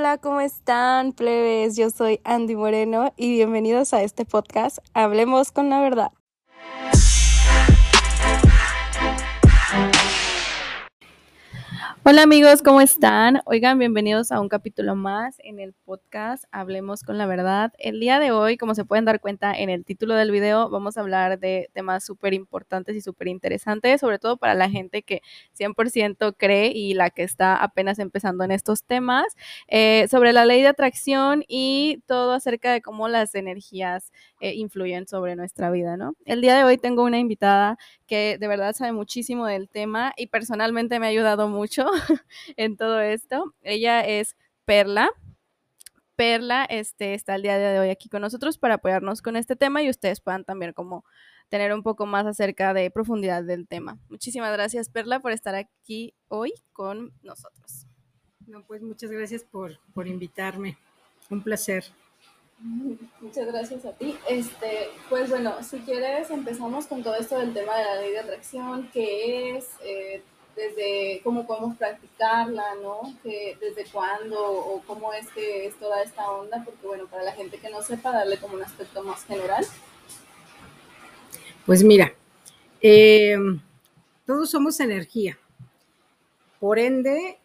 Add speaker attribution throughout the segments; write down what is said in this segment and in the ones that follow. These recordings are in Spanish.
Speaker 1: Hola, ¿cómo están, plebes? Yo soy Andy Moreno y bienvenidos a este podcast Hablemos con la Verdad. Hola amigos, ¿cómo están? Oigan, bienvenidos a un capítulo más en el podcast Hablemos con la Verdad. El día de hoy, como se pueden dar cuenta en el título del video, vamos a hablar de temas súper importantes y súper interesantes, sobre todo para la gente que 100% cree y la que está apenas empezando en estos temas, sobre la ley de atracción y todo acerca de cómo las energías influyen sobre nuestra vida, ¿no? El día de hoy tengo una invitada que de verdad sabe muchísimo del tema y personalmente me ha ayudado mucho en todo esto. Ella es Perla. Perla está el día de hoy aquí con nosotros para apoyarnos con este tema y ustedes puedan también como tener un poco más acerca de profundidad del tema. Muchísimas gracias, Perla, por estar aquí hoy con nosotros.
Speaker 2: No, pues muchas gracias por invitarme. Un placer.
Speaker 1: Muchas gracias a ti. Pues bueno, si quieres empezamos con todo esto del tema de la ley de atracción, qué es, desde cómo podemos practicarla, ¿no? Desde cuándo o cómo es que es toda esta onda, porque bueno, para la gente que no sepa, darle como un aspecto más general.
Speaker 2: Pues mira, todos somos energía. Por ende,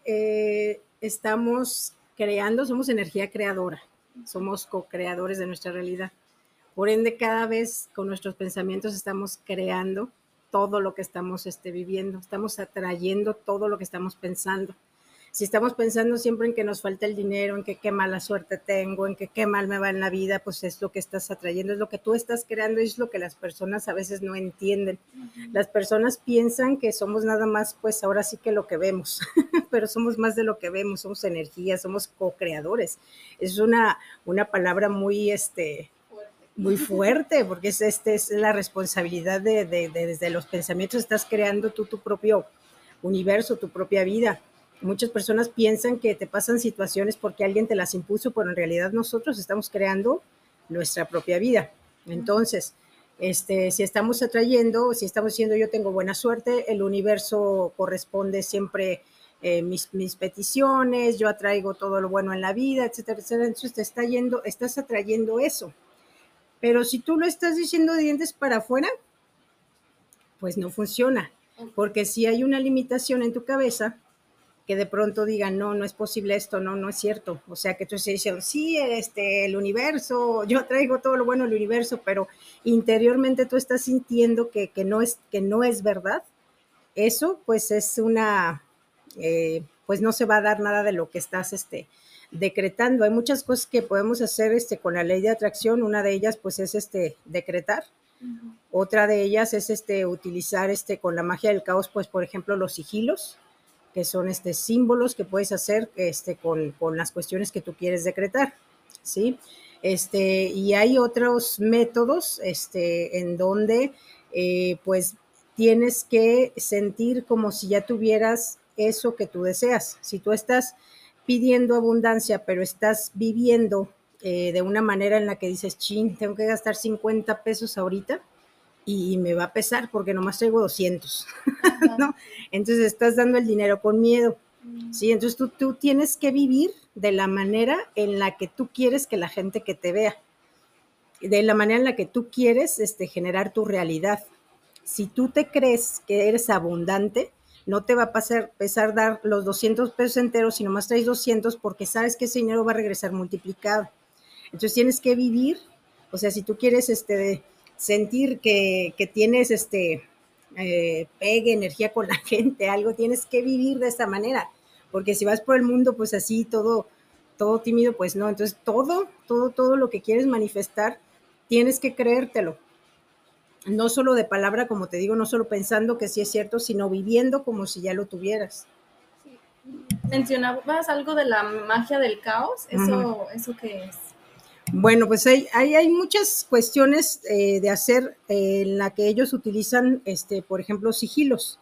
Speaker 2: estamos creando, somos energía creadora, somos co-creadores de nuestra realidad. Por ende, cada vez con nuestros pensamientos estamos creando todo lo que estamos viviendo, estamos atrayendo todo lo que estamos pensando. Si estamos pensando siempre en que nos falta el dinero, en que qué mala suerte tengo, en que qué mal me va en la vida, pues es lo que estás atrayendo, es lo que tú estás creando y es lo que las personas a veces no entienden. Las personas piensan que somos nada más, pues ahora sí que lo que vemos, pero somos más de lo que vemos, somos energía, somos co-creadores. Es una palabra muy fuerte, porque es la responsabilidad desde los pensamientos, estás creando tú tu propio universo, tu propia vida. Muchas personas piensan que te pasan situaciones porque alguien te las impuso, pero en realidad nosotros estamos creando nuestra propia vida. Entonces, si estamos atrayendo, si estamos diciendo yo tengo buena suerte, el universo corresponde siempre mis peticiones, yo atraigo todo lo bueno en la vida, etcétera, etcétera. Entonces estás atrayendo eso. Pero si tú lo estás diciendo de dientes para afuera, pues no funciona, porque si hay una limitación en tu cabeza, que de pronto digan, no, no es posible esto, no, no es cierto. O sea, que tú estés diciendo, sí, el universo, yo traigo todo lo bueno del universo, pero interiormente tú estás sintiendo que no es verdad. Eso, pues, es pues no se va a dar nada de lo que estás decretando. Hay muchas cosas que podemos hacer con la ley de atracción. Una de ellas, pues, es decretar. Uh-huh. Otra de ellas es utilizar con la magia del caos, pues, por ejemplo, los sigilos, que son símbolos que puedes hacer con las cuestiones que tú quieres decretar, ¿sí? Y hay otros métodos en donde pues tienes que sentir como si ya tuvieras eso que tú deseas. Si tú estás pidiendo abundancia, pero estás viviendo de una manera en la que dices, chin, tengo que gastar 50 pesos ahorita, y me va a pesar porque nomás traigo 200, ¿no? Entonces estás dando el dinero con miedo, ¿sí? Entonces tú tienes que vivir de la manera en la que tú quieres que la gente que te vea, de la manera en la que tú quieres generar tu realidad. Si tú te crees que eres abundante, no te va a pesar dar los 200 pesos enteros, si nomás traes 200, porque sabes que ese dinero va a regresar multiplicado. Entonces tienes que vivir, o sea, si tú quieres sentir que tienes pegue, energía con la gente, algo, tienes que vivir de esta manera, porque si vas por el mundo pues así todo tímido, pues no. Entonces todo lo que quieres manifestar, tienes que creértelo, no solo de palabra, como te digo, no solo pensando que sí es cierto, sino viviendo como si ya lo tuvieras.
Speaker 1: Sí. Mencionabas algo de la magia del caos, ¿eso qué es?
Speaker 2: Bueno, pues hay muchas cuestiones de hacer en la que ellos utilizan, por ejemplo, sigilos.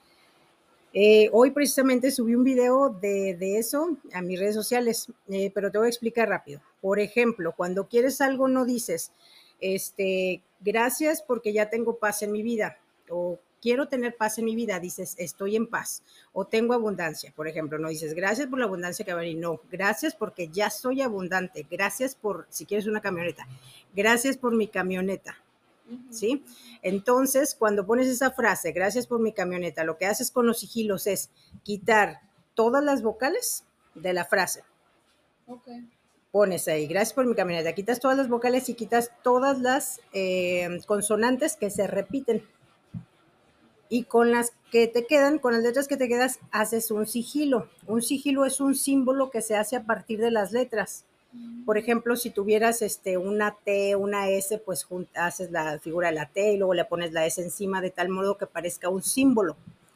Speaker 2: Hoy precisamente subí un video de eso a mis redes sociales, pero te voy a explicar rápido. Por ejemplo, cuando quieres algo no dices, gracias porque ya tengo paz en mi vida, o quiero tener paz en mi vida, dices, estoy en paz, o tengo abundancia, por ejemplo, no dices, gracias por la abundancia que va a venir, no, gracias porque ya soy abundante, gracias por, si quieres una camioneta, gracias por mi camioneta, ¿sí? Entonces, cuando pones esa frase, gracias por mi camioneta, lo que haces con los sigilos es quitar todas las vocales de la frase.
Speaker 1: Okay.
Speaker 2: Pones ahí, gracias por mi camioneta, quitas todas las vocales y quitas todas las consonantes que se repiten. Y con las que te quedan, con las letras que te quedas, haces un sigilo. Un sigilo es un símbolo que se hace a partir de las letras. Por ejemplo, si tuvieras una T, una S, pues haces la figura de la T y luego le pones la S encima de tal modo que parezca un símbolo.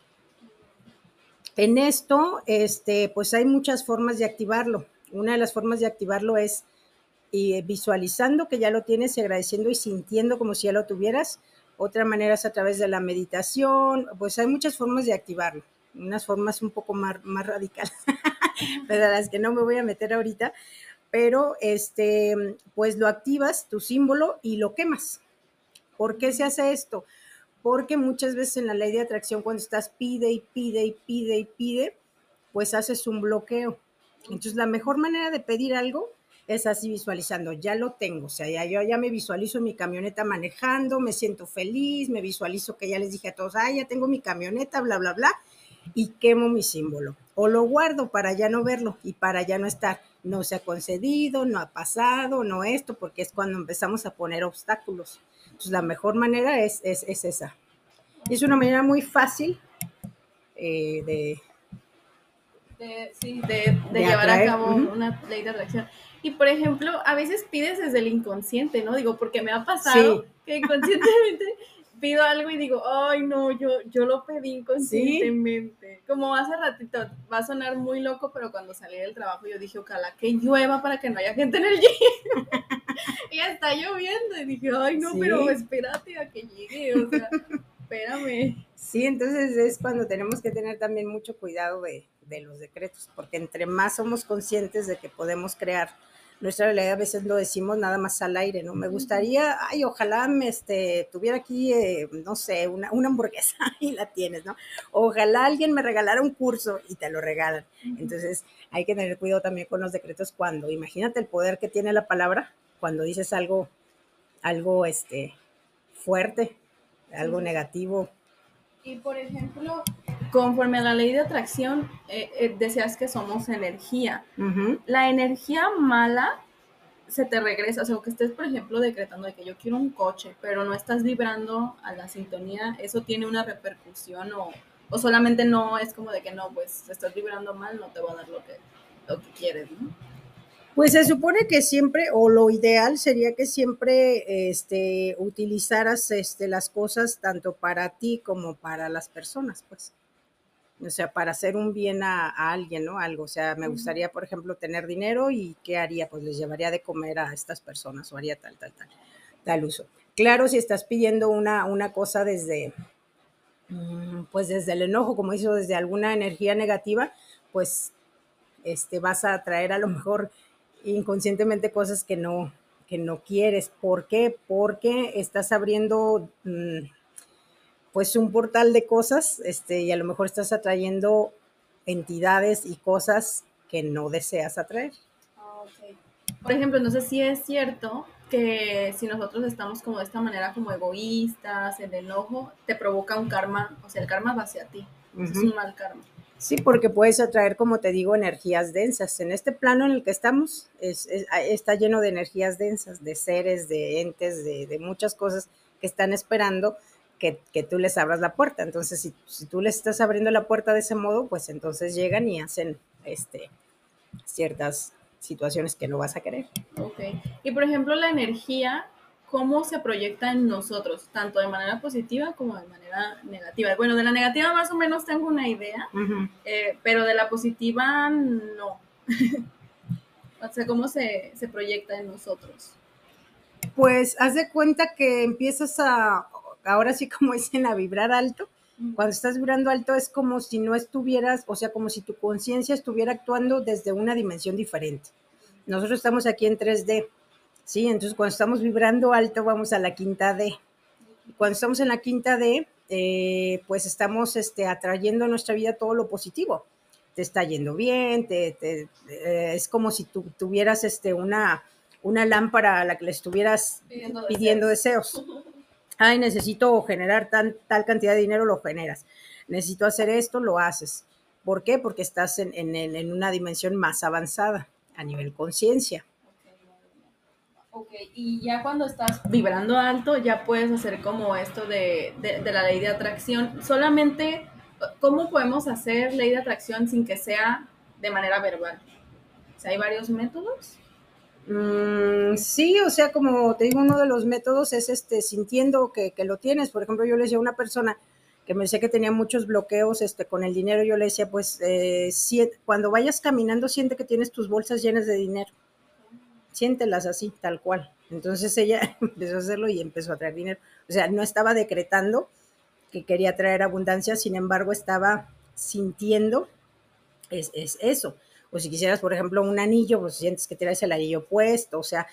Speaker 2: En esto, pues hay muchas formas de activarlo. Una de las formas de activarlo es visualizando que ya lo tienes y agradeciendo y sintiendo como si ya lo tuvieras. Otra manera es a través de la meditación. Pues hay muchas formas de activarlo. Unas formas un poco más radicales, pero las que no me voy a meter ahorita. Pero pues lo activas, tu símbolo, y lo quemas. ¿Por qué se hace esto? Porque muchas veces en la ley de atracción, cuando estás pide y pide y pide y pide, pues haces un bloqueo. Entonces, la mejor manera de pedir algo es así, visualizando, ya lo tengo, o sea, yo ya me visualizo en mi camioneta manejando, me siento feliz, me visualizo que ya les dije a todos, ya tengo mi camioneta, bla, bla, bla, y quemo mi símbolo. O lo guardo para ya no verlo y para ya no estar, no se ha concedido, no ha pasado, no esto, porque es cuando empezamos a poner obstáculos. Entonces, la mejor manera es esa. Es una manera muy fácil
Speaker 1: de llevar a cabo una ley de atracción. Y por ejemplo, a veces pides desde el inconsciente, ¿no? Digo, porque me ha pasado que inconscientemente pido algo y digo, ay, no, yo lo pedí inconscientemente. Como hace ratito, va a sonar muy loco, pero cuando salí del trabajo yo dije, ojalá que llueva para que no haya gente en el gym. Y está lloviendo. Y dije, ay, no, pero espérate a que llegue, o sea, espérame.
Speaker 2: Sí, entonces es cuando tenemos que tener también mucho cuidado de los decretos, porque entre más somos conscientes de que podemos crear nuestra realidad, a veces lo decimos nada más al aire, ¿no? Me gustaría, ojalá tuviera aquí, no sé, una hamburguesa y la tienes, ¿no? Ojalá alguien me regalara un curso y te lo regalan. Entonces hay que tener cuidado también con los decretos cuando, imagínate el poder que tiene la palabra cuando dices algo fuerte, algo negativo.
Speaker 1: Y por ejemplo, conforme a la ley de atracción, decías que somos energía. La energía mala se te regresa, o sea, que estés, por ejemplo, decretando de que yo quiero un coche, pero no estás vibrando a la sintonía, ¿eso tiene una repercusión o solamente no es como de que no, pues estás vibrando mal, no te va a dar lo que quieres, ¿no?
Speaker 2: Pues se supone que siempre, o lo ideal sería que siempre utilizaras las cosas tanto para ti como para las personas, pues. O sea, para hacer un bien a alguien, ¿no? Algo. O sea, me gustaría, por ejemplo, tener dinero y ¿qué haría? Pues les llevaría de comer a estas personas o haría tal uso. Claro, si estás pidiendo una cosa desde, pues desde el enojo, como hizo, desde alguna energía negativa, pues vas a atraer a lo mejor inconscientemente cosas que no quieres. ¿Por qué? Porque estás abriendo pues un portal de cosas y a lo mejor estás atrayendo entidades y cosas que no deseas atraer.
Speaker 1: Okay. Por ejemplo, no sé si es cierto que si nosotros estamos como de esta manera como egoístas, el enojo, te provoca un karma, o sea, el karma va hacia ti, es un mal karma.
Speaker 2: Sí, porque puedes atraer, como te digo, energías densas. En este plano en el que estamos está lleno de energías densas, de seres, de entes, de muchas cosas que están esperando que tú les abras la puerta. Entonces, si tú les estás abriendo la puerta de ese modo, pues entonces llegan y hacen ciertas situaciones que no vas a querer.
Speaker 1: Ok. Y por ejemplo, la energía, ¿cómo se proyecta en nosotros? Tanto de manera positiva como de manera negativa. Bueno, de la negativa más o menos tengo una idea, pero de la positiva no. O sea, ¿cómo se proyecta en nosotros?
Speaker 2: Pues haz de cuenta que empiezas ahora sí como dicen, a vibrar alto. Cuando estás vibrando alto es como si no estuvieras, o sea, como si tu conciencia estuviera actuando desde una dimensión diferente. Nosotros estamos aquí en 3D, ¿sí? Entonces cuando estamos vibrando alto vamos a la quinta D. Cuando estamos en la quinta D, pues estamos atrayendo a nuestra vida todo lo positivo. Te está yendo bien, es como si tú tuvieras una lámpara a la que le estuvieras pidiendo deseos. Ay, necesito generar tal cantidad de dinero, lo generas. Necesito hacer esto, lo haces. ¿Por qué? Porque estás en una dimensión más avanzada, a nivel conciencia.
Speaker 1: Ok, y ya cuando estás vibrando alto, ya puedes hacer como esto de la ley de atracción. Solamente, ¿cómo podemos hacer ley de atracción sin que sea de manera verbal? O sea, ¿hay varios métodos?
Speaker 2: Sí, o sea, como te digo, uno de los métodos es sintiendo que lo tienes. Por ejemplo, yo le decía a una persona que me decía que tenía muchos bloqueos con el dinero, yo le decía, pues, cuando vayas caminando, siente que tienes tus bolsas llenas de dinero. Siéntelas así, tal cual. Entonces ella empezó a hacerlo y empezó a traer dinero. O sea, no estaba decretando que quería traer abundancia, sin embargo, estaba sintiendo es eso. O si quisieras, por ejemplo, un anillo, pues sientes que traes el anillo puesto, o sea,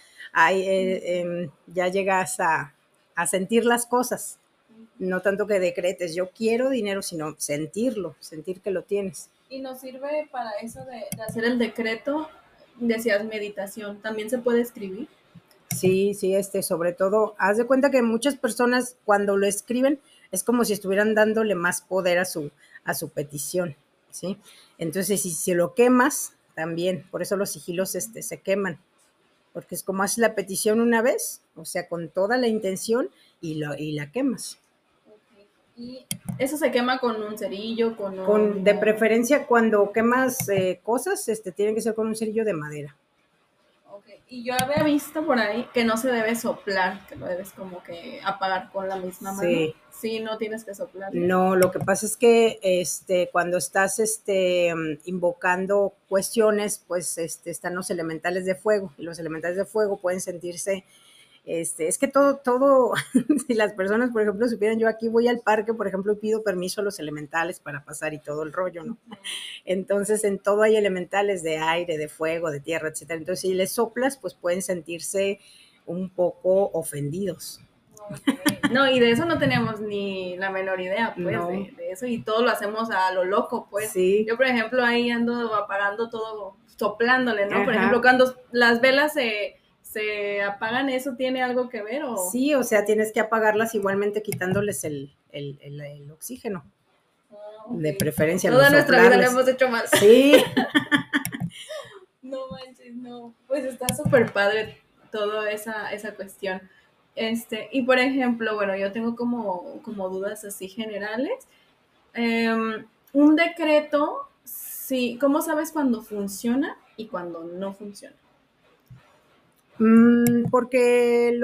Speaker 2: ya llegas a sentir las cosas, no tanto que decretes, yo quiero dinero, sino sentirlo, sentir que lo tienes.
Speaker 1: Y nos sirve para eso de hacer el decreto, decías meditación, ¿también se puede escribir?
Speaker 2: Sí, sí, sobre todo, haz de cuenta que muchas personas cuando lo escriben es como si estuvieran dándole más poder a su petición, ¿sí? Entonces, si lo quemas, también, por eso los sigilos se queman, porque es como haces la petición una vez, o sea, con toda la intención y la quemas.
Speaker 1: Okay. Y eso se quema con un cerillo, con
Speaker 2: De preferencia, cuando quemas cosas, tienen que ser con un cerillo de madera.
Speaker 1: Okay. Y yo había visto por ahí que no se debe soplar, que lo debes como que apagar con la misma mano.
Speaker 2: Sí.
Speaker 1: Sí, no tienes que soplar.
Speaker 2: No, lo que pasa es que cuando estás invocando cuestiones, pues están los elementales de fuego, y los elementales de fuego pueden sentirse. Es que todo, si las personas, por ejemplo, supieran, yo aquí voy al parque, por ejemplo, y pido permiso a los elementales para pasar y todo el rollo, ¿no? Entonces, en todo hay elementales de aire, de fuego, de tierra, etcétera. Entonces, si les soplas, pues pueden sentirse un poco ofendidos.
Speaker 1: Okay. No, y de eso no teníamos ni la menor idea, pues,
Speaker 2: No.
Speaker 1: de eso, y todo lo hacemos a lo loco, pues.
Speaker 2: Sí.
Speaker 1: Yo, por ejemplo, ahí ando apagando todo, soplándole, ¿no?
Speaker 2: Ajá.
Speaker 1: Por ejemplo, cuando las velas se apagan, ¿eso tiene algo que ver? ¿O?
Speaker 2: Sí, o sea, tienes que apagarlas igualmente quitándoles el oxígeno. Okay. De preferencia.
Speaker 1: Toda nuestra vida lo hemos hecho mal.
Speaker 2: Sí.
Speaker 1: No manches, no. Pues está súper padre toda esa cuestión. Y por ejemplo, bueno, yo tengo como dudas así generales. Un decreto, sí, ¿cómo sabes cuándo funciona y cuándo no funciona?
Speaker 2: Porque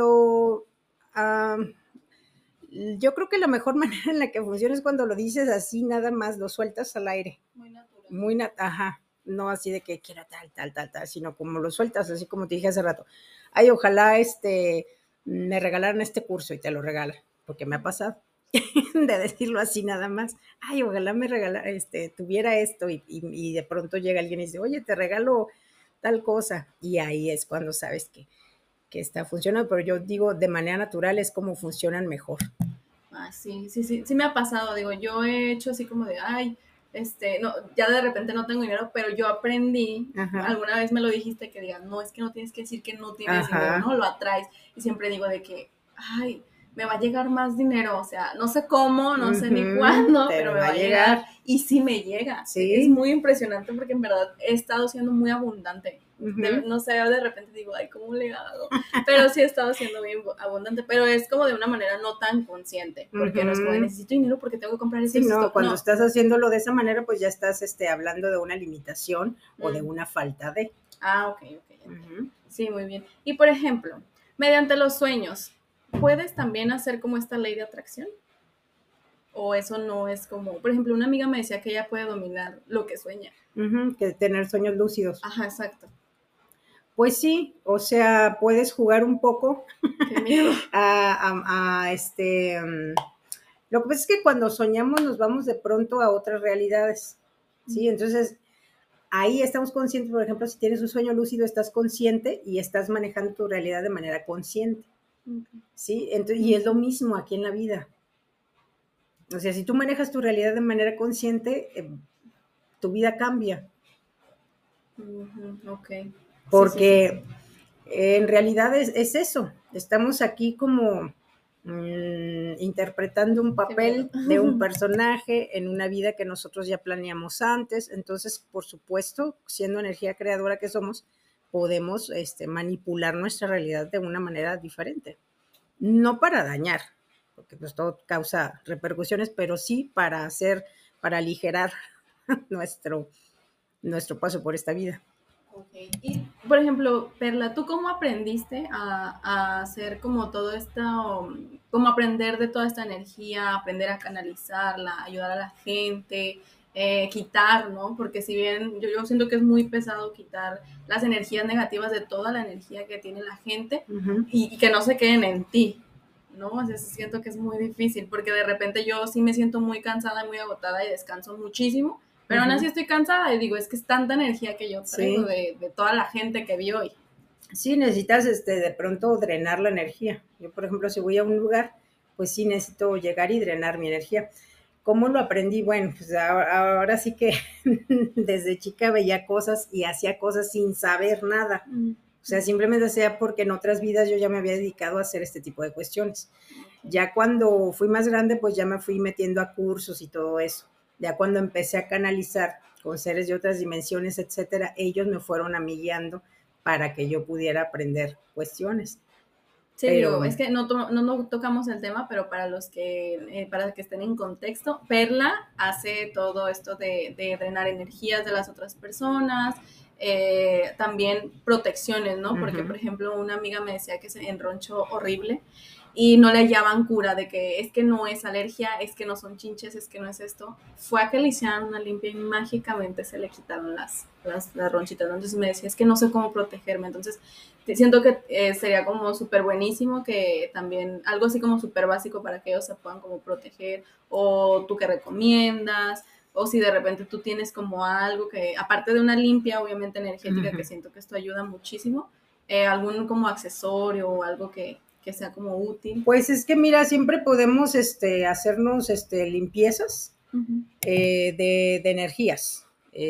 Speaker 2: yo creo que la mejor manera en la que funciona es cuando lo dices así, nada más, lo sueltas al aire.
Speaker 1: Muy natural.
Speaker 2: Ajá, no así de que quiera tal, sino como lo sueltas, así como te dije hace rato. Ay, ojalá me regalaran este curso y te lo regalan, porque me ha pasado de decirlo así nada más. Ay, ojalá me regalara, tuviera esto y de pronto llega alguien y dice, oye, te regalo tal cosa. Y ahí es cuando sabes que está funcionando, pero yo digo, de manera natural es como funcionan mejor.
Speaker 1: Ah, sí me ha pasado, digo, yo he hecho así como de, ay, no, ya de repente no tengo dinero, pero yo aprendí,
Speaker 2: Ajá.
Speaker 1: Alguna vez me lo dijiste, que digan, no, es que no tienes que decir que no tienes dinero, ¿no? Lo atraes, y siempre digo de que, ay, me va a llegar más dinero, o sea, no sé cómo, no sé ni cuándo, pero me va a llegar, y sí me llega. Sí. Es muy impresionante porque en verdad he estado siendo muy abundante. No sé, de repente digo, ay, ¿cómo le hago? Pero sí he estado siendo muy abundante, pero es como de una manera no tan consciente, porque no es como, necesito dinero porque tengo que comprar esto.
Speaker 2: Sí, no, cuando estás haciéndolo de esa manera, pues ya estás hablando de una limitación o de una falta de.
Speaker 1: Ah, ok. Sí, muy bien. Y por ejemplo, mediante los sueños, ¿puedes también hacer como esta ley de atracción? ¿O eso no es como, por ejemplo, una amiga me decía que ella puede dominar lo que sueña?
Speaker 2: Que tener sueños lúcidos.
Speaker 1: Ajá, exacto.
Speaker 2: Pues sí, o sea, puedes jugar un poco.
Speaker 1: Qué miedo.
Speaker 2: Lo que pasa es que cuando soñamos nos vamos de pronto a otras realidades, ¿sí? Entonces, ahí estamos conscientes, por ejemplo, si tienes un sueño lúcido, estás consciente y estás manejando tu realidad de manera consciente, ¿sí? Entonces, y es lo mismo aquí en la vida. O sea, si tú manejas tu realidad de manera consciente, tu vida cambia.
Speaker 1: Ok.
Speaker 2: Porque en realidad es eso. Estamos aquí como interpretando un papel de un personaje en una vida que nosotros ya planeamos antes. Entonces, por supuesto, siendo energía creadora que somos, podemos manipular nuestra realidad de una manera diferente. No para dañar, porque pues todo causa repercusiones, pero sí para para aligerar nuestro paso por esta vida.
Speaker 1: Okay. Y, por ejemplo, Perla, ¿tú cómo aprendiste a hacer como todo esto, cómo aprender de toda esta energía, aprender a canalizarla, ayudar a la gente, quitar, ¿no? Porque si bien yo siento que es muy pesado quitar las energías negativas de toda la energía que tiene la gente y que no se queden en ti, ¿no? O sea, siento que es muy difícil porque de repente yo sí me siento muy cansada y muy agotada y descanso muchísimo, pero aún así estoy cansada y digo, es que es tanta energía que yo traigo de toda la gente que vi hoy.
Speaker 2: Sí, necesitas de pronto drenar la energía. Yo, por ejemplo, si voy a un lugar, pues sí necesito llegar y drenar mi energía. ¿Cómo lo aprendí? Bueno, pues ahora sí que desde chica veía cosas y hacía cosas sin saber nada. O sea, simplemente hacía porque en otras vidas yo ya me había dedicado a hacer este tipo de cuestiones. Ya cuando fui más grande, pues ya me fui metiendo a cursos y todo eso. Ya cuando empecé a canalizar con seres de otras dimensiones, etcétera, ellos me fueron a mí guiando para que yo pudiera aprender cuestiones.
Speaker 1: Sí, pero, digo, es que no tocamos el tema, pero para que estén en contexto, Perla hace todo esto de drenar energías de las otras personas, también protecciones, ¿no? Porque, por ejemplo, una amiga me decía que se enronchó horrible y no le hallaban cura de que es que no es alergia, es que no son chinches, es que no es esto. Fue a que le hicieran una limpia y mágicamente se le quitaron las ronchitas. Entonces me decía, es que no sé cómo protegerme. Entonces siento que sería como súper buenísimo que también algo así como súper básico para que ellos se puedan como proteger, o tú que recomiendas, o si de repente tú tienes como algo que, aparte de una limpia obviamente energética, que siento que esto ayuda muchísimo, algún como accesorio o algo que sea como útil.
Speaker 2: Pues es que mira, siempre podemos hacernos limpiezas de energías.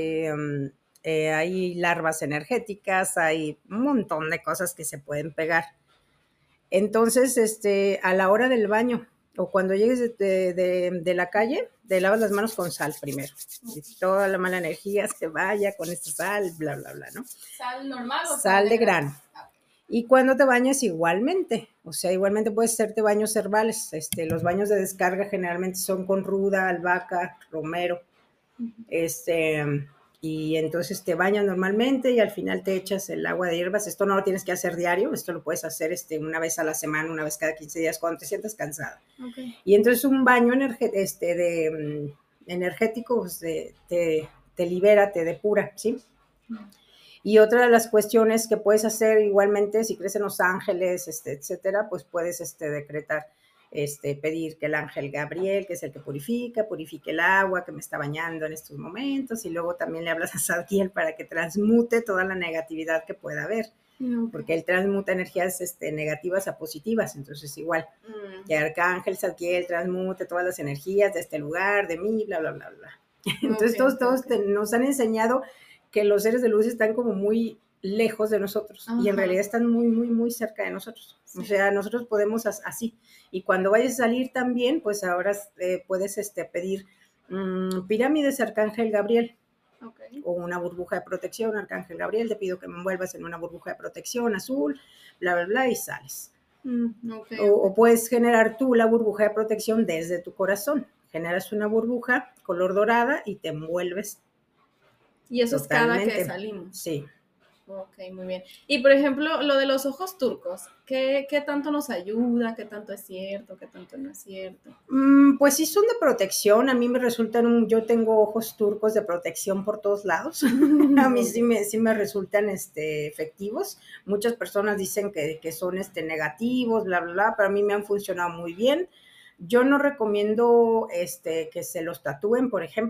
Speaker 2: Hay larvas energéticas, hay un montón de cosas que se pueden pegar. Entonces, a la hora del baño o cuando llegues de la calle, te lavas las manos con sal primero. Y toda la mala energía se vaya con esta sal, bla, bla, bla, ¿no?
Speaker 1: ¿Sal normal o
Speaker 2: sal de grano? Y cuando te bañes igualmente, o sea, igualmente puedes hacerte baños herbales. Los baños de descarga generalmente son con ruda, albahaca, romero. Y entonces te bañas normalmente y al final te echas el agua de hierbas. Esto no lo tienes que hacer diario, esto lo puedes hacer una vez a la semana, una vez cada 15 días cuando te sientas cansada. Y entonces un baño energético pues, te libera, te depura, ¿sí? Y otra de las cuestiones que puedes hacer igualmente, si crees en los ángeles, etcétera, pues puedes decretar, pedir que el ángel Gabriel, que es el que purifique el agua que me está bañando en estos momentos, y luego también le hablas a Zadkiel para que transmute toda la negatividad que pueda haber, porque él transmuta energías negativas a positivas, entonces igual, que Arcángel Zadkiel transmute todas las energías de este lugar, de mí, bla, bla, bla, bla. Entonces todos nos han enseñado que los seres de luz están como muy lejos de nosotros y en realidad están muy, muy, muy cerca de nosotros. Sí. O sea, nosotros podemos así. Y cuando vayas a salir también, pues ahora puedes pedir pirámides Arcángel Gabriel. O una burbuja de protección, Arcángel Gabriel, te pido que me envuelvas en una burbuja de protección azul, bla, bla, bla, y sales. O puedes generar tú la burbuja de protección desde tu corazón. Generas una burbuja color dorada y te envuelves.
Speaker 1: Y eso totalmente. Es cada que salimos.
Speaker 2: Sí.
Speaker 1: Ok, muy bien. Y por ejemplo, lo de los ojos turcos, ¿qué tanto nos ayuda? ¿Qué tanto es cierto? ¿Qué tanto no es cierto?
Speaker 2: Pues sí son de protección. A mí me resultan, yo tengo ojos turcos de protección por todos lados. A mí sí me resultan efectivos. Muchas personas dicen que son negativos, bla, bla, bla, pero a mí me han funcionado muy bien. Yo no recomiendo que se los tatúen, por ejemplo.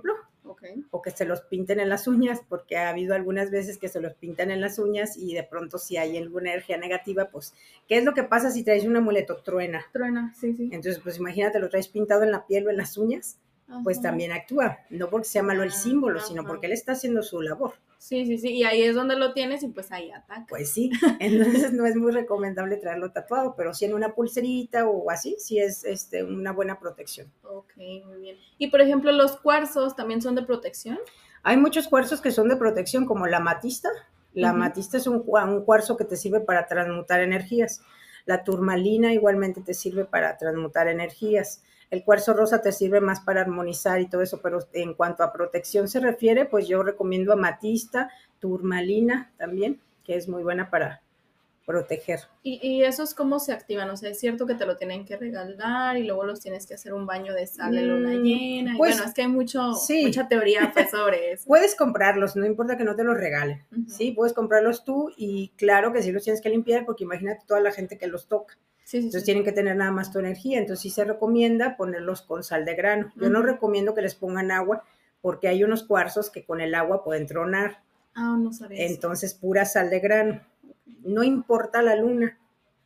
Speaker 1: Okay.
Speaker 2: O que se los pinten en las uñas, porque ha habido algunas veces que se los pintan en las uñas y de pronto si hay alguna energía negativa, pues, ¿qué es lo que pasa si traes un amuleto? Truena.
Speaker 1: Truena, sí, sí.
Speaker 2: Entonces, pues imagínate, lo traes pintado en la piel o en las uñas, pues también actúa, no porque sea malo el símbolo, sino porque él está haciendo su labor.
Speaker 1: Sí, sí, sí, y ahí es donde lo tienes y pues ahí ataca.
Speaker 2: Pues sí, entonces no es muy recomendable traerlo tatuado, pero sí en una pulserita o así, sí es una buena protección.
Speaker 1: Ok, muy bien. Y por ejemplo, ¿los cuarzos también son de protección?
Speaker 2: Hay muchos cuarzos que son de protección, como la amatista. La amatista es un cuarzo que te sirve para transmutar energías. La turmalina igualmente te sirve para transmutar energías. El cuarzo rosa te sirve más para armonizar y todo eso, pero en cuanto a protección se refiere, pues yo recomiendo amatista, turmalina también, que es muy buena para proteger.
Speaker 1: ¿Y esos cómo se activan? O sea, es cierto que te lo tienen que regalar y luego los tienes que hacer un baño de sal de luna llena.
Speaker 2: Pues,
Speaker 1: bueno, es que hay mucha teoría pues, sobre eso.
Speaker 2: Puedes comprarlos, no importa que no te los regalen, ¿sí? Puedes comprarlos tú y claro que sí los tienes que limpiar porque imagínate toda la gente que los toca.
Speaker 1: Sí,
Speaker 2: entonces tienen que tener nada más tu energía, entonces sí se recomienda ponerlos con sal de grano. Yo no recomiendo que les pongan agua porque hay unos cuarzos que con el agua pueden tronar.
Speaker 1: Ah, no sabía eso.
Speaker 2: Entonces pura sal de grano. No importa la luna.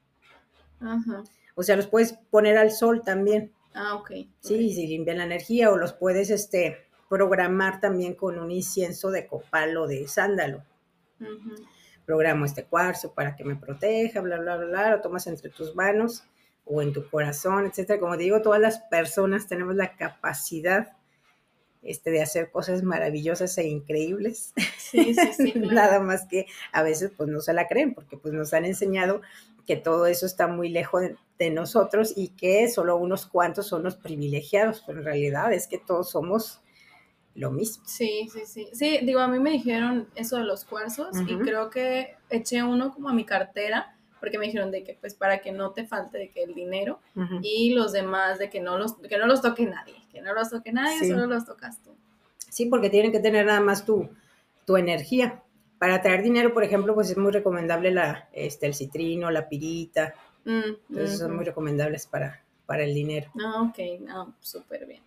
Speaker 1: Ajá.
Speaker 2: O sea, los puedes poner al sol también.
Speaker 1: Ah, ok.
Speaker 2: Sí, si limpian la energía o los puedes programar también con un incienso de copal o de sándalo. Programo este cuarzo para que me proteja, bla, bla, bla, bla, lo tomas entre tus manos o en tu corazón, etcétera. Como te digo, todas las personas tenemos la capacidad de hacer cosas maravillosas e increíbles.
Speaker 1: Sí, sí, sí. Claro.
Speaker 2: Nada más que a veces pues no se la creen porque pues nos han enseñado que todo eso está muy lejos de nosotros y que solo unos cuantos son los privilegiados, pero en realidad es que todos somos lo mismo.
Speaker 1: Sí, sí, sí. Sí, digo, a mí me dijeron eso de los cuarzos y creo que eché uno como a mi cartera porque me dijeron de que pues para que no te falte de que el dinero y los demás de que no los toque nadie, sí. Solo los tocas tú.
Speaker 2: Sí, porque tienen que tener nada más tu energía. Para traer dinero, por ejemplo, pues es muy recomendable el citrino, la pirita. Entonces son muy recomendables para el dinero.
Speaker 1: Ah, ok, no, súper bien.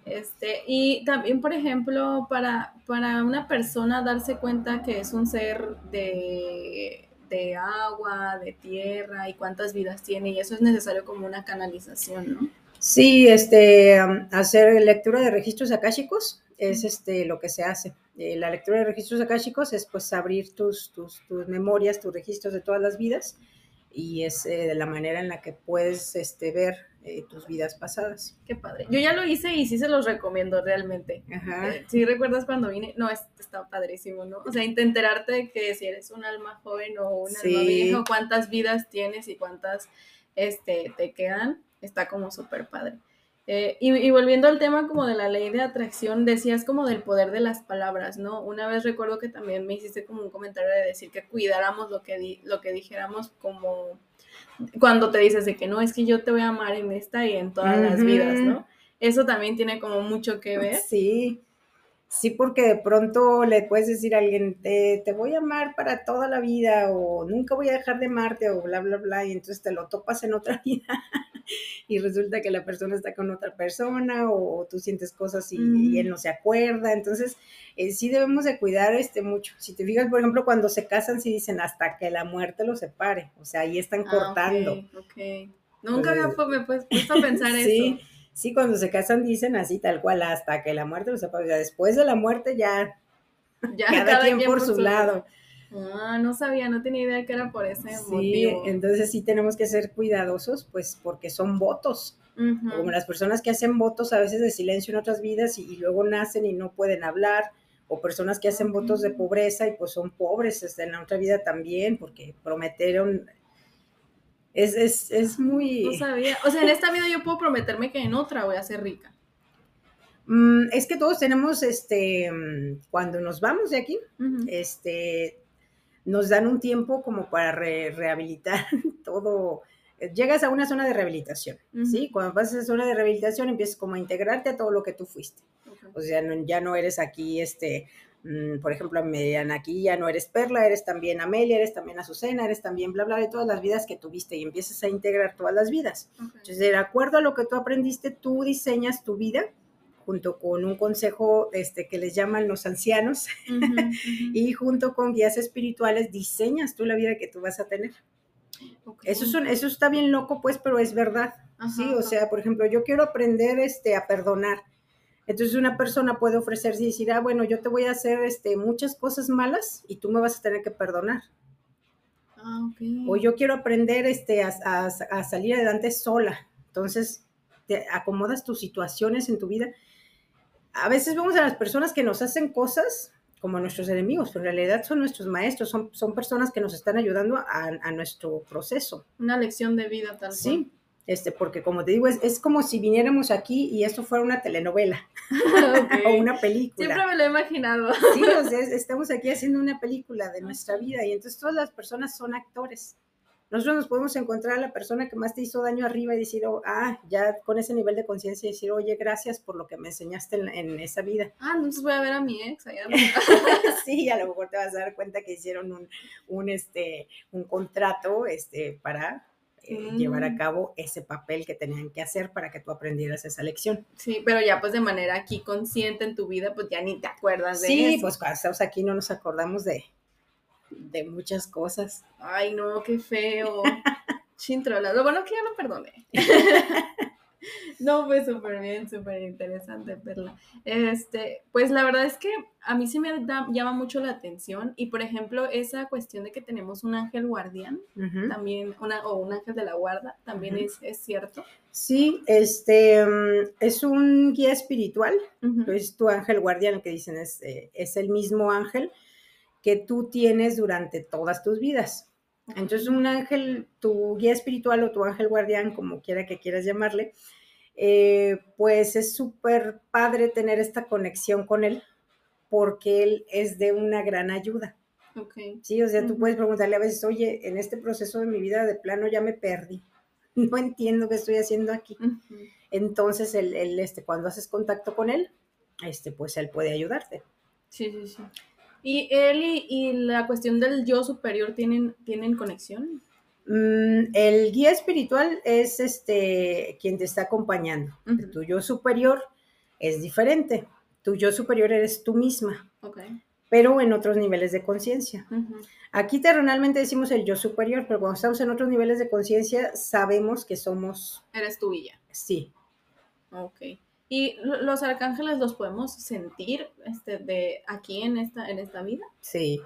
Speaker 1: Y también, por ejemplo, para una persona darse cuenta que es un ser de agua, de tierra y cuántas vidas tiene, y eso es necesario como una canalización, ¿no?
Speaker 2: Sí, hacer lectura de registros akáshicos es lo que se hace. La lectura de registros akáshicos es pues abrir tus memorias, tus registros de todas las vidas y es de la manera en la que puedes ver tus vidas pasadas.
Speaker 1: Qué padre. Yo ya lo hice y sí se los recomiendo realmente.
Speaker 2: Ajá.
Speaker 1: ¿Sí recuerdas cuando vine? No, está padrísimo, ¿no? O sea, enterarte de que si eres un alma joven o un alma vieja, o cuántas vidas tienes y cuántas te quedan, está como súper padre. Y volviendo al tema como de la ley de atracción, decías como del poder de las palabras, ¿no? Una vez recuerdo que también me hiciste como un comentario de decir que cuidáramos lo que dijéramos como cuando te dices de que no, es que yo te voy a amar en esta y en todas las vidas, ¿no? Eso también tiene como mucho que ver.
Speaker 2: Sí, sí, porque de pronto le puedes decir a alguien, te voy a amar para toda la vida o nunca voy a dejar de amarte o bla, bla, bla, y entonces te lo topas en otra vida y resulta que la persona está con otra persona o tú sientes cosas y él no se acuerda. Entonces, sí debemos de cuidar mucho. Si te fijas, por ejemplo, cuando se casan, sí dicen hasta que la muerte los separe. O sea, ahí están cortando.
Speaker 1: Ok. Nunca me he puesto a pensar eso.
Speaker 2: Sí, cuando se casan dicen así, tal cual, hasta que la muerte los separe. O sea, después de la muerte ya cada quien por su lado.
Speaker 1: Ah, no sabía, no tenía idea que era por ese motivo.
Speaker 2: Sí, entonces sí tenemos que ser cuidadosos, pues porque son votos. Como las personas que hacen votos a veces de silencio en otras vidas y luego nacen y no pueden hablar, o personas que hacen votos de pobreza y pues son pobres en la otra vida también, porque prometieron. Es muy.
Speaker 1: No sabía. O sea, en esta vida yo puedo prometerme que en otra voy a ser rica.
Speaker 2: Es que todos tenemos, cuando nos vamos de aquí, nos dan un tiempo como para rehabilitar todo. Llegas a una zona de rehabilitación, ¿sí? Cuando pasas a esa zona de rehabilitación empiezas como a integrarte a todo lo que tú fuiste. O sea, ya no eres aquí, por ejemplo, aquí ya no eres Perla, eres también Amelia, eres también Azucena, eres también bla, bla, de todas las vidas que tuviste y empiezas a integrar todas las vidas. Entonces, de acuerdo a lo que tú aprendiste, tú diseñas tu vida junto con un consejo que les llaman los ancianos, y junto con guías espirituales diseñas tú la vida que tú vas a tener. Okay. Eso está bien loco, pues, pero es verdad. Sí, o sea, por ejemplo, yo quiero aprender a perdonar. Entonces una persona puede ofrecerse y decir, bueno, yo te voy a hacer muchas cosas malas y tú me vas a tener que perdonar. Okay. O yo quiero aprender a salir adelante sola. Entonces te acomodas tus situaciones en tu vida. A veces vemos a las personas que nos hacen cosas como nuestros enemigos, pero en realidad son nuestros maestros, son personas que nos están ayudando a nuestro proceso.
Speaker 1: Una lección de vida tal cual.
Speaker 2: Sí, porque como te digo, es como si viniéramos aquí y esto fuera una telenovela. Okay. O una película.
Speaker 1: Siempre me lo he imaginado.
Speaker 2: Sí, o sea, estamos aquí haciendo una película de nuestra vida y entonces todas las personas son actores. Nosotros nos podemos encontrar a la persona que más te hizo daño arriba y decir, ya con ese nivel de conciencia decir, oye, gracias por lo que me enseñaste en esa vida.
Speaker 1: Entonces voy a ver a mi ex allá.
Speaker 2: Sí, a lo mejor te vas a dar cuenta que hicieron un contrato para llevar a cabo ese papel que tenían que hacer para que tú aprendieras esa lección.
Speaker 1: Sí, pero ya pues de manera aquí consciente en tu vida, pues ya ni te acuerdas de eso.
Speaker 2: Sí, pues cuando estamos aquí no nos acordamos de muchas cosas.
Speaker 1: Ay, no, qué feo. Chintrola. Lo bueno que ya lo perdoné. No, pues súper bien, súper interesante, Perla. Pues la verdad es que a mí sí me llama mucho la atención y, por ejemplo, esa cuestión de que tenemos un ángel guardián, también, o un ángel de la guarda, también es cierto.
Speaker 2: Sí, es un guía espiritual, es tu ángel guardián, que dicen es el mismo ángel que tú tienes durante todas tus vidas. Entonces, un ángel, tu guía espiritual o tu ángel guardián, como quiera que quieras llamarle, pues es súper padre tener esta conexión con él, porque él es de una gran ayuda.
Speaker 1: Okay.
Speaker 2: Sí, o sea, tú puedes preguntarle a veces, oye, en este proceso de mi vida de plano ya me perdí, no entiendo qué estoy haciendo aquí. Entonces, él, cuando haces contacto con él, pues él puede ayudarte.
Speaker 1: Sí, sí, sí. ¿Y él y la cuestión del yo superior tienen conexión?
Speaker 2: El guía espiritual es quien te está acompañando. Tu yo superior es diferente. Tu yo superior eres tú misma.
Speaker 1: Okay.
Speaker 2: Pero en otros niveles de conciencia. Aquí terrenalmente decimos el yo superior, pero cuando estamos en otros niveles de conciencia sabemos que somos...
Speaker 1: Eres tú y ya.
Speaker 2: Sí.
Speaker 1: Ok. ¿Y los arcángeles los podemos sentir de aquí en esta vida?
Speaker 2: Sí.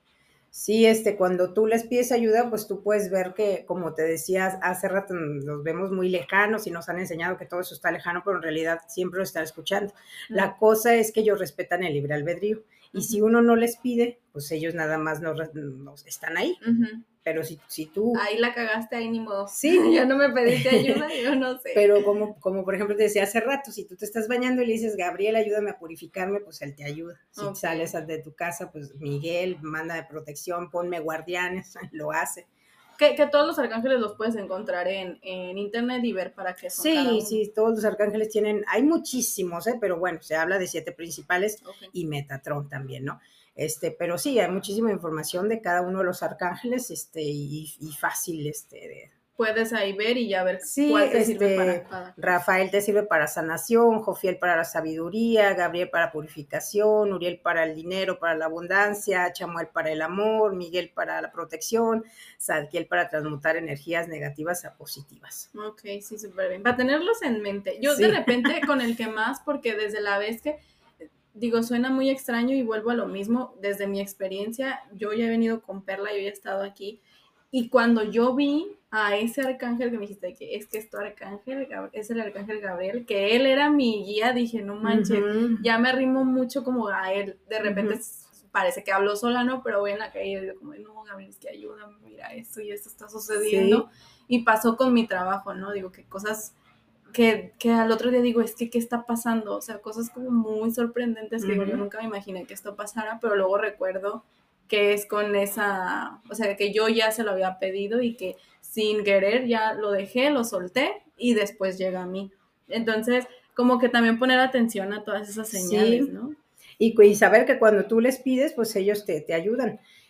Speaker 2: Sí, cuando tú les pides ayuda, pues tú puedes ver que, como te decía hace rato, los vemos muy lejanos y nos han enseñado que todo eso está lejano, pero en realidad siempre lo están escuchando. La cosa es que ellos respetan el libre albedrío y si uno no les pide, pues ellos nada más no están ahí. Pero si tú...
Speaker 1: Ahí la cagaste, ahí ni modo.
Speaker 2: Sí.
Speaker 1: Ya no me pediste ayuda, yo no sé.
Speaker 2: Pero como por ejemplo te decía hace rato, si tú te estás bañando y le dices, Gabriel, ayúdame a purificarme, pues él te ayuda. Si sales de tu casa, pues Miguel, manda de protección, ponme guardianes, lo hace.
Speaker 1: Que todos los arcángeles los puedes encontrar en internet y ver para qué son cada uno.
Speaker 2: Sí, todos los arcángeles tienen, hay muchísimos, pero bueno, se habla de 7 principales y Metatron también, ¿no? Pero sí, hay muchísima información de cada uno de los arcángeles, y fácil,
Speaker 1: puedes ahí ver y ya ver cuál te sirve para cada.
Speaker 2: Rafael te sirve para sanación, Jofiel para la sabiduría, Gabriel para purificación, Uriel para el dinero, para la abundancia, Chamuel para el amor, Miguel para la protección, Zadkiel para transmutar energías negativas a positivas.
Speaker 1: Ok, sí, súper bien. Para tenerlos en mente. Yo de repente con el que más, porque desde la vez que digo, suena muy extraño y vuelvo a lo mismo. Desde mi experiencia, yo ya he venido con Perla, yo ya he estado aquí. Y cuando yo vi a ese arcángel que me dijiste que es tu arcángel, es el arcángel Gabriel, que él era mi guía, dije, no manches, ya me arrimo mucho como a él. De repente parece que hablo sola, ¿no? Pero voy en la calle y digo como, no, Gabriel, es que ayúdame, mira esto y esto está sucediendo. Y pasó con mi trabajo, ¿no? Digo, que cosas... Que al otro día digo, es que ¿qué está pasando? O sea, cosas como muy sorprendentes que yo nunca me imaginé que esto pasara, pero luego recuerdo que es con esa, o sea, que yo ya se lo había pedido y que sin querer ya lo dejé, lo solté y después llega a mí. Entonces, como que también poner atención a todas esas señales, ¿no?
Speaker 2: Y saber que cuando tú les pides, pues ellos te ayudan.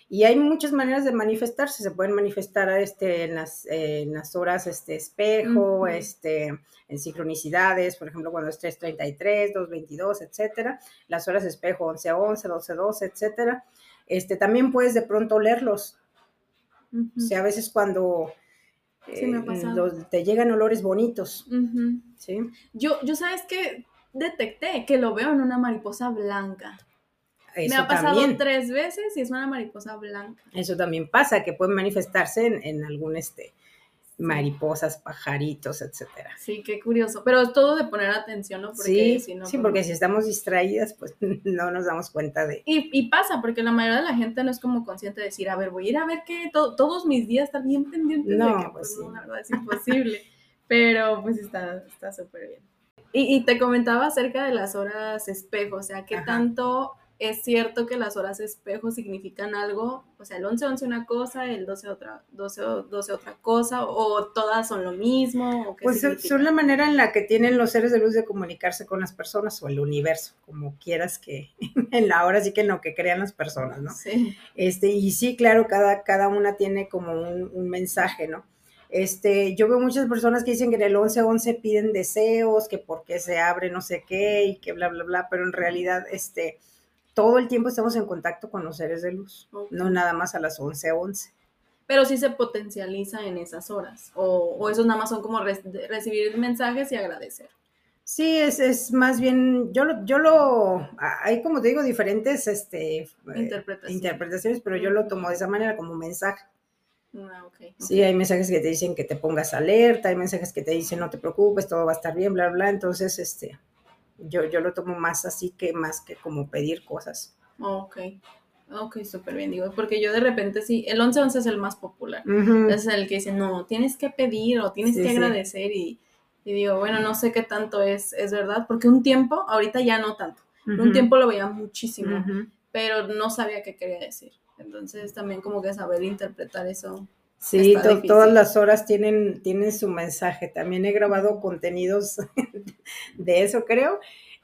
Speaker 2: Y hay muchas maneras de manifestarse, se pueden manifestar en las horas espejo,
Speaker 1: Ujú.
Speaker 2: en sincronicidades, por ejemplo, cuando es 3:33, 2:22, etcétera, las horas espejo 11:11, 12:12, etcétera. También puedes de pronto leerlos, o
Speaker 1: Ujú.
Speaker 2: sea, a veces cuando
Speaker 1: Sí, me ha pasado.
Speaker 2: te llegan olores bonitos,
Speaker 1: Ujú.
Speaker 2: ¿sí?
Speaker 1: Yo sabes que detecté que lo veo en una mariposa blanca. Me
Speaker 2: Eso
Speaker 1: ha pasado
Speaker 2: también,
Speaker 1: 3 veces y es una mariposa blanca.
Speaker 2: eso también pasa, que pueden manifestarse en algún
Speaker 1: Sí,
Speaker 2: mariposas, pajaritos, etcétera.
Speaker 1: sí, qué curioso. Pero es todo de poner atención, ¿no? Porque
Speaker 2: Sí,
Speaker 1: si no,
Speaker 2: sí,
Speaker 1: pues
Speaker 2: porque
Speaker 1: no.
Speaker 2: si estamos distraídas, pues no nos damos cuenta de...
Speaker 1: Y pasa, porque la mayoría de la gente no es como consciente de decir, a ver, voy a ir a ver que todos mis días están bien pendientes de que,
Speaker 2: No,
Speaker 1: pues
Speaker 2: pues
Speaker 1: no,
Speaker 2: sí.
Speaker 1: la verdad es imposible. Pero pues está súper bien. Y te comentaba acerca de las horas espejo, o sea, ¿qué
Speaker 2: Ajá.
Speaker 1: tanto es cierto que las horas espejo significan algo? O sea, el 11-11 una cosa, el 12 otra, 12 otra cosa, o todas son lo mismo, o qué
Speaker 2: Pues son
Speaker 1: significa.
Speaker 2: la manera en la que tienen los seres de luz de comunicarse con las personas o el universo, como quieras que, en la hora sí que en lo que crean las personas, ¿no?
Speaker 1: Sí.
Speaker 2: Y sí, claro, cada una tiene como un mensaje, ¿no? Yo veo muchas personas que dicen que en el 11:11 piden deseos, que porque se abre no sé qué y que bla, bla, bla, pero en realidad, todo el tiempo estamos en contacto con los seres de luz,
Speaker 1: Ok.
Speaker 2: no nada más a las 11:11.
Speaker 1: Pero sí se potencializa en esas horas, o esos nada más son como recibir mensajes y agradecer.
Speaker 2: Sí, es más bien, hay como te digo, diferentes
Speaker 1: Interpretación.
Speaker 2: interpretaciones, pero yo lo
Speaker 1: Ujú.
Speaker 2: tomo de esa manera como mensaje.
Speaker 1: Ah, ok, ok.
Speaker 2: Sí, hay mensajes que te dicen que te pongas alerta, hay mensajes que te dicen no te preocupes, todo va a estar bien, bla, bla. Entonces, yo lo tomo más así que más que como pedir cosas.
Speaker 1: Ok, ok, súper bien, digo, porque yo de repente sí, el 11-11 es el más popular,
Speaker 2: Ujú.
Speaker 1: es el que dice, no, tienes que pedir o tienes
Speaker 2: Sí,
Speaker 1: que
Speaker 2: sí.
Speaker 1: agradecer y digo, bueno, no sé qué tanto es verdad, porque un tiempo, ahorita ya no tanto, un
Speaker 2: Ujú,
Speaker 1: tiempo lo veía muchísimo,
Speaker 2: ujú.
Speaker 1: pero no sabía qué quería decir, entonces también como que saber interpretar eso
Speaker 2: Sí,
Speaker 1: está
Speaker 2: todas
Speaker 1: difícil.
Speaker 2: las horas tienen su mensaje. También he grabado contenidos de eso, creo.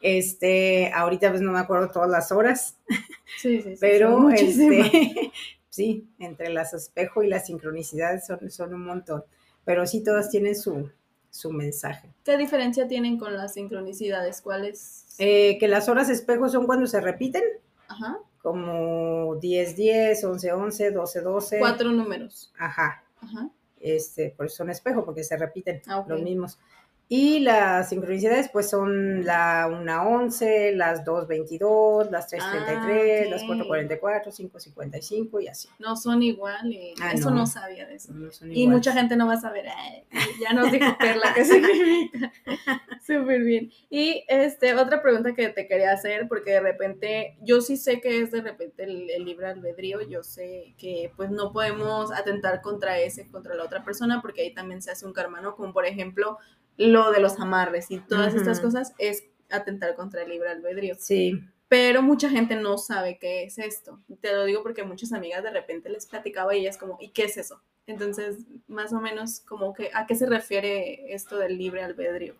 Speaker 2: Ahorita pues no me acuerdo todas las horas,
Speaker 1: Sí, sí, sí, son
Speaker 2: pero
Speaker 1: muchísimas.
Speaker 2: sí, entre las espejo y las sincronicidades son un montón. Pero sí, todas tienen su mensaje.
Speaker 1: ¿Qué diferencia tienen con las sincronicidades? ¿Cuáles?
Speaker 2: Que las horas espejo son cuando se repiten,
Speaker 1: Ajá,
Speaker 2: como 10:10, 11:11, 12:12.
Speaker 1: 4 números.
Speaker 2: Ajá.
Speaker 1: Ajá.
Speaker 2: Por eso son espejo, porque se repiten
Speaker 1: Ah, ok.
Speaker 2: los mismos. Y las sincronicidades, pues son la 1:11, las 2:22, las tres treinta y
Speaker 1: Ah, ok.
Speaker 2: tres, las 4:44, 5:55 y así.
Speaker 1: No son iguales.
Speaker 2: Ah,
Speaker 1: Eso no
Speaker 2: no,
Speaker 1: sabía de eso.
Speaker 2: no son
Speaker 1: Y mucha
Speaker 2: iguales.
Speaker 1: gente no va a saber. Ay, ya nos dijo Perla qué significa. Súper bien. Y otra pregunta que te quería hacer, porque de repente, yo sí sé que es de repente el libre albedrío, yo sé que pues no podemos atentar contra la otra persona, porque ahí también se hace un karma, ¿no? Como por ejemplo lo de los amarres y todas estas
Speaker 2: Ujú.
Speaker 1: cosas es atentar contra el libre albedrío.
Speaker 2: Sí,
Speaker 1: Pero mucha gente no sabe qué es esto. Te lo digo porque muchas amigas de repente les platicaba y ellas como, ¿y qué es eso? Entonces, más o menos como que, ¿a qué se refiere esto del libre albedrío?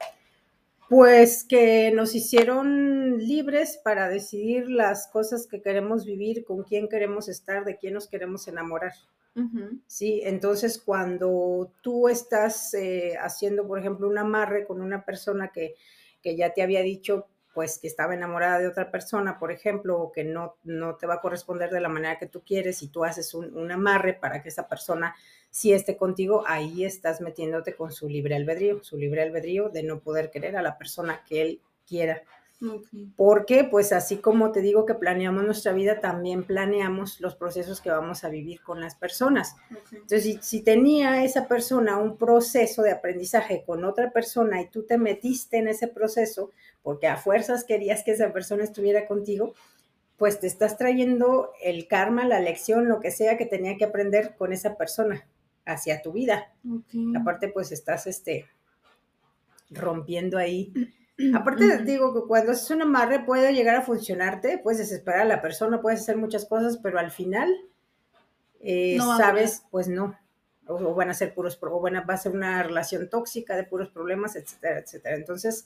Speaker 2: pues que nos hicieron libres para decidir las cosas que queremos vivir, con quién queremos estar, de quién nos queremos enamorar.
Speaker 1: Uh-huh.
Speaker 2: Sí, entonces cuando tú estás haciendo, por ejemplo, un amarre con una persona que ya te había dicho, pues que estaba enamorada de otra persona, por ejemplo, o que no te va a corresponder de la manera que tú quieres y tú haces un amarre para que esa persona sí esté contigo, ahí estás metiéndote con su libre albedrío de no poder querer a la persona que él quiera.
Speaker 1: Okay.
Speaker 2: Porque, pues así como te digo que planeamos nuestra vida, también planeamos los procesos que vamos a vivir con las personas.
Speaker 1: Okay.
Speaker 2: Entonces, si tenía esa persona un proceso de aprendizaje con otra persona y tú te metiste en ese proceso porque a fuerzas querías que esa persona estuviera contigo, pues te estás trayendo el karma, la lección, lo que sea que tenía que aprender con esa persona hacia tu vida.
Speaker 1: Okay.
Speaker 2: Aparte, pues estás rompiendo ahí. Aparte,
Speaker 1: Uh-huh.
Speaker 2: digo que cuando haces un amarre puede llegar a funcionarte, puedes desesperar a la persona, puedes hacer muchas cosas, pero al final
Speaker 1: No va a durar.
Speaker 2: sabes, pues no, o van a ser va a ser una relación tóxica de puros problemas, etcétera, etcétera. Entonces,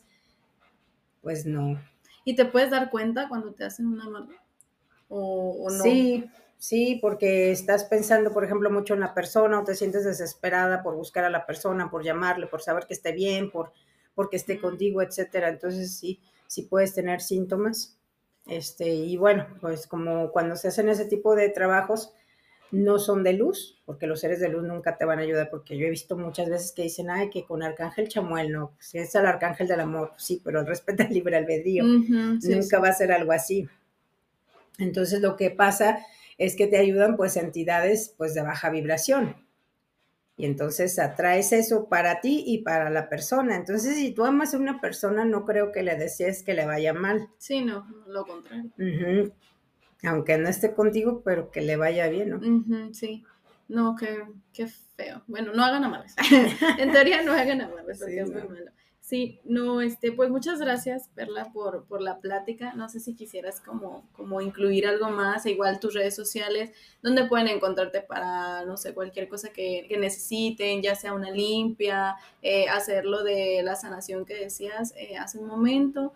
Speaker 2: pues no.
Speaker 1: ¿Y te puedes dar cuenta cuando te hacen una amarre? O no?
Speaker 2: Sí, Sí, porque estás pensando, por ejemplo, mucho en la persona o te sientes desesperada por buscar a la persona, por llamarle, por saber que esté bien, porque esté contigo, etcétera. Entonces sí puedes tener síntomas. Y bueno, pues como cuando se hacen ese tipo de trabajos, no son de luz, porque los seres de luz nunca te van a ayudar, porque yo he visto muchas veces que dicen, ay, que con Arcángel Chamuel, no, pues es el Arcángel del Amor, pues sí, pero respeta el libre albedrío, nunca va a ser algo así. Entonces lo que pasa es que te ayudan pues entidades pues de baja vibración. Y entonces atraes eso para ti y para la persona. Entonces, si tú amas a una persona, no creo que le desees que le vaya mal.
Speaker 1: Sí, no, lo contrario.
Speaker 2: Aunque no esté contigo, pero que le vaya bien, ¿no?
Speaker 1: Sí. No, qué feo. Bueno, no hagan amables. En teoría no hagan amables, porque sí, es muy malo. Sí, no, pues muchas gracias, Perla, por la plática. No sé si quisieras como incluir algo más, igual tus redes sociales, donde pueden encontrarte para, no sé, cualquier cosa que necesiten, ya sea una limpia, hacerlo de la sanación que decías hace un momento.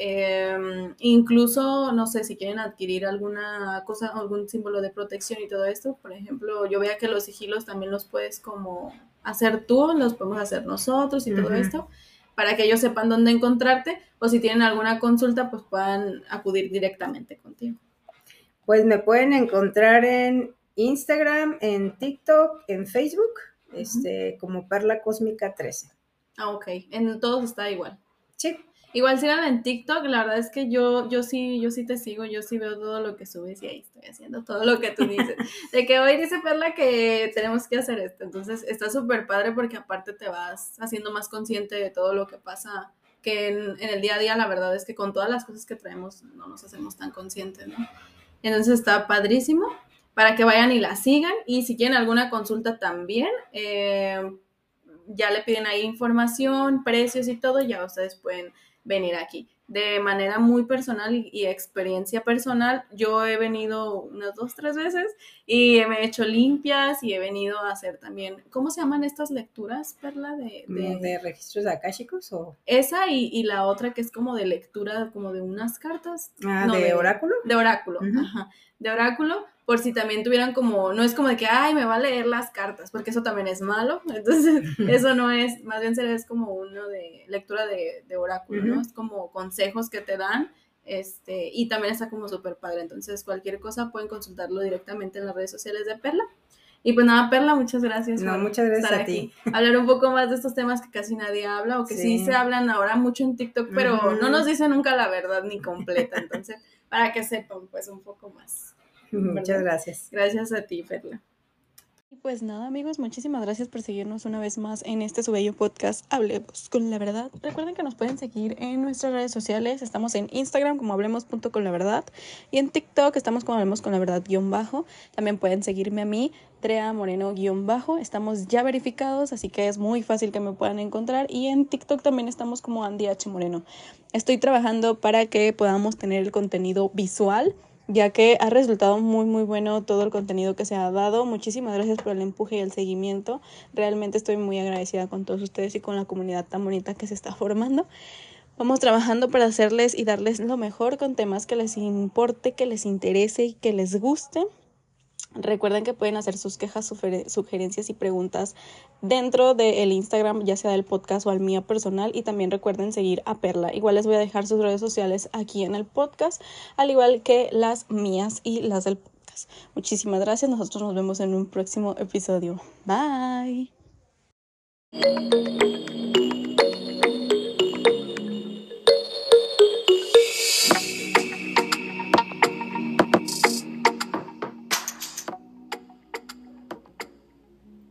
Speaker 1: Incluso, no sé, si quieren adquirir alguna cosa, algún símbolo de protección y todo esto, por ejemplo, yo vea que los sigilos también los puedes como hacer tú, los podemos hacer nosotros y todo esto, para que ellos sepan dónde encontrarte, o si tienen alguna consulta, pues puedan acudir directamente contigo.
Speaker 2: Pues me pueden encontrar en Instagram, en TikTok, en Facebook, como Perla Cósmica 13.
Speaker 1: Ah, ok. En todos está igual.
Speaker 2: Sí.
Speaker 1: Igual síganme en TikTok, la verdad es que yo sí te sigo, yo sí veo todo lo que subes y ahí estoy haciendo todo lo que tú dices. De que hoy dice Perla que tenemos que hacer esto, entonces está súper padre porque aparte te vas haciendo más consciente de todo lo que pasa, que en el día a día la verdad es que con todas las cosas que traemos no nos hacemos tan conscientes, ¿no? Entonces está padrísimo para que vayan y la sigan, y si quieren alguna consulta también, ya le piden ahí información, precios y todo, ya ustedes pueden venir aquí. De manera muy personal y experiencia personal, yo he venido unas 2, 3 veces y me he hecho limpias y he venido a hacer también, ¿cómo se llaman estas lecturas, Perla?
Speaker 2: ¿De registros akáshicos o?
Speaker 1: Esa y la otra que es como de lectura, como de unas cartas.
Speaker 2: Ah, no, ¿de oráculo?
Speaker 1: De oráculo, ajá. De oráculo, por si también tuvieran como, no es como de que, ay, me va a leer las cartas, porque eso también es malo. Entonces, eso no es, más bien es como uno de lectura de oráculo, ¿no? Es como consejos que te dan, y también está como súper padre. Entonces, cualquier cosa pueden consultarlo directamente en las redes sociales de Perla. Y pues nada, Perla, muchas gracias
Speaker 2: por muchas gracias
Speaker 1: estar aquí. Hablar un poco más de estos temas que casi nadie habla, o que sí se hablan ahora mucho en TikTok, pero no nos dicen nunca la verdad ni completa. Entonces, para que sepan pues un poco más.
Speaker 2: Muchas gracias.
Speaker 1: Gracias a ti, Perla. Y pues nada, amigos, muchísimas gracias por seguirnos una vez más en este su bello podcast Hablemos con la Verdad. Recuerden que nos pueden seguir en nuestras redes sociales. Estamos en Instagram como hablemos.conlaverdad y en TikTok estamos como Hablemos con la Verdad _. También pueden seguirme a mí, Trea Moreno _ Estamos ya verificados, así que es muy fácil que me puedan encontrar. Y en TikTok también estamos como Andy H. Moreno. Estoy trabajando para que podamos tener el contenido visual, ya que ha resultado muy muy bueno todo el contenido que se ha dado. Muchísimas gracias por el empuje y el seguimiento. Realmente estoy muy agradecida con todos ustedes y con la comunidad tan bonita que se está formando. Vamos trabajando para hacerles y darles lo mejor con temas que les importe, que les interese y que les guste. Recuerden que pueden hacer sus quejas, sugerencias y preguntas dentro del Instagram, ya sea del podcast o al mío personal. Y también recuerden seguir a Perla. Igual les voy a dejar sus redes sociales aquí en el podcast, al igual que las mías y las del podcast. Muchísimas gracias. Nosotros nos vemos en un próximo episodio. Bye.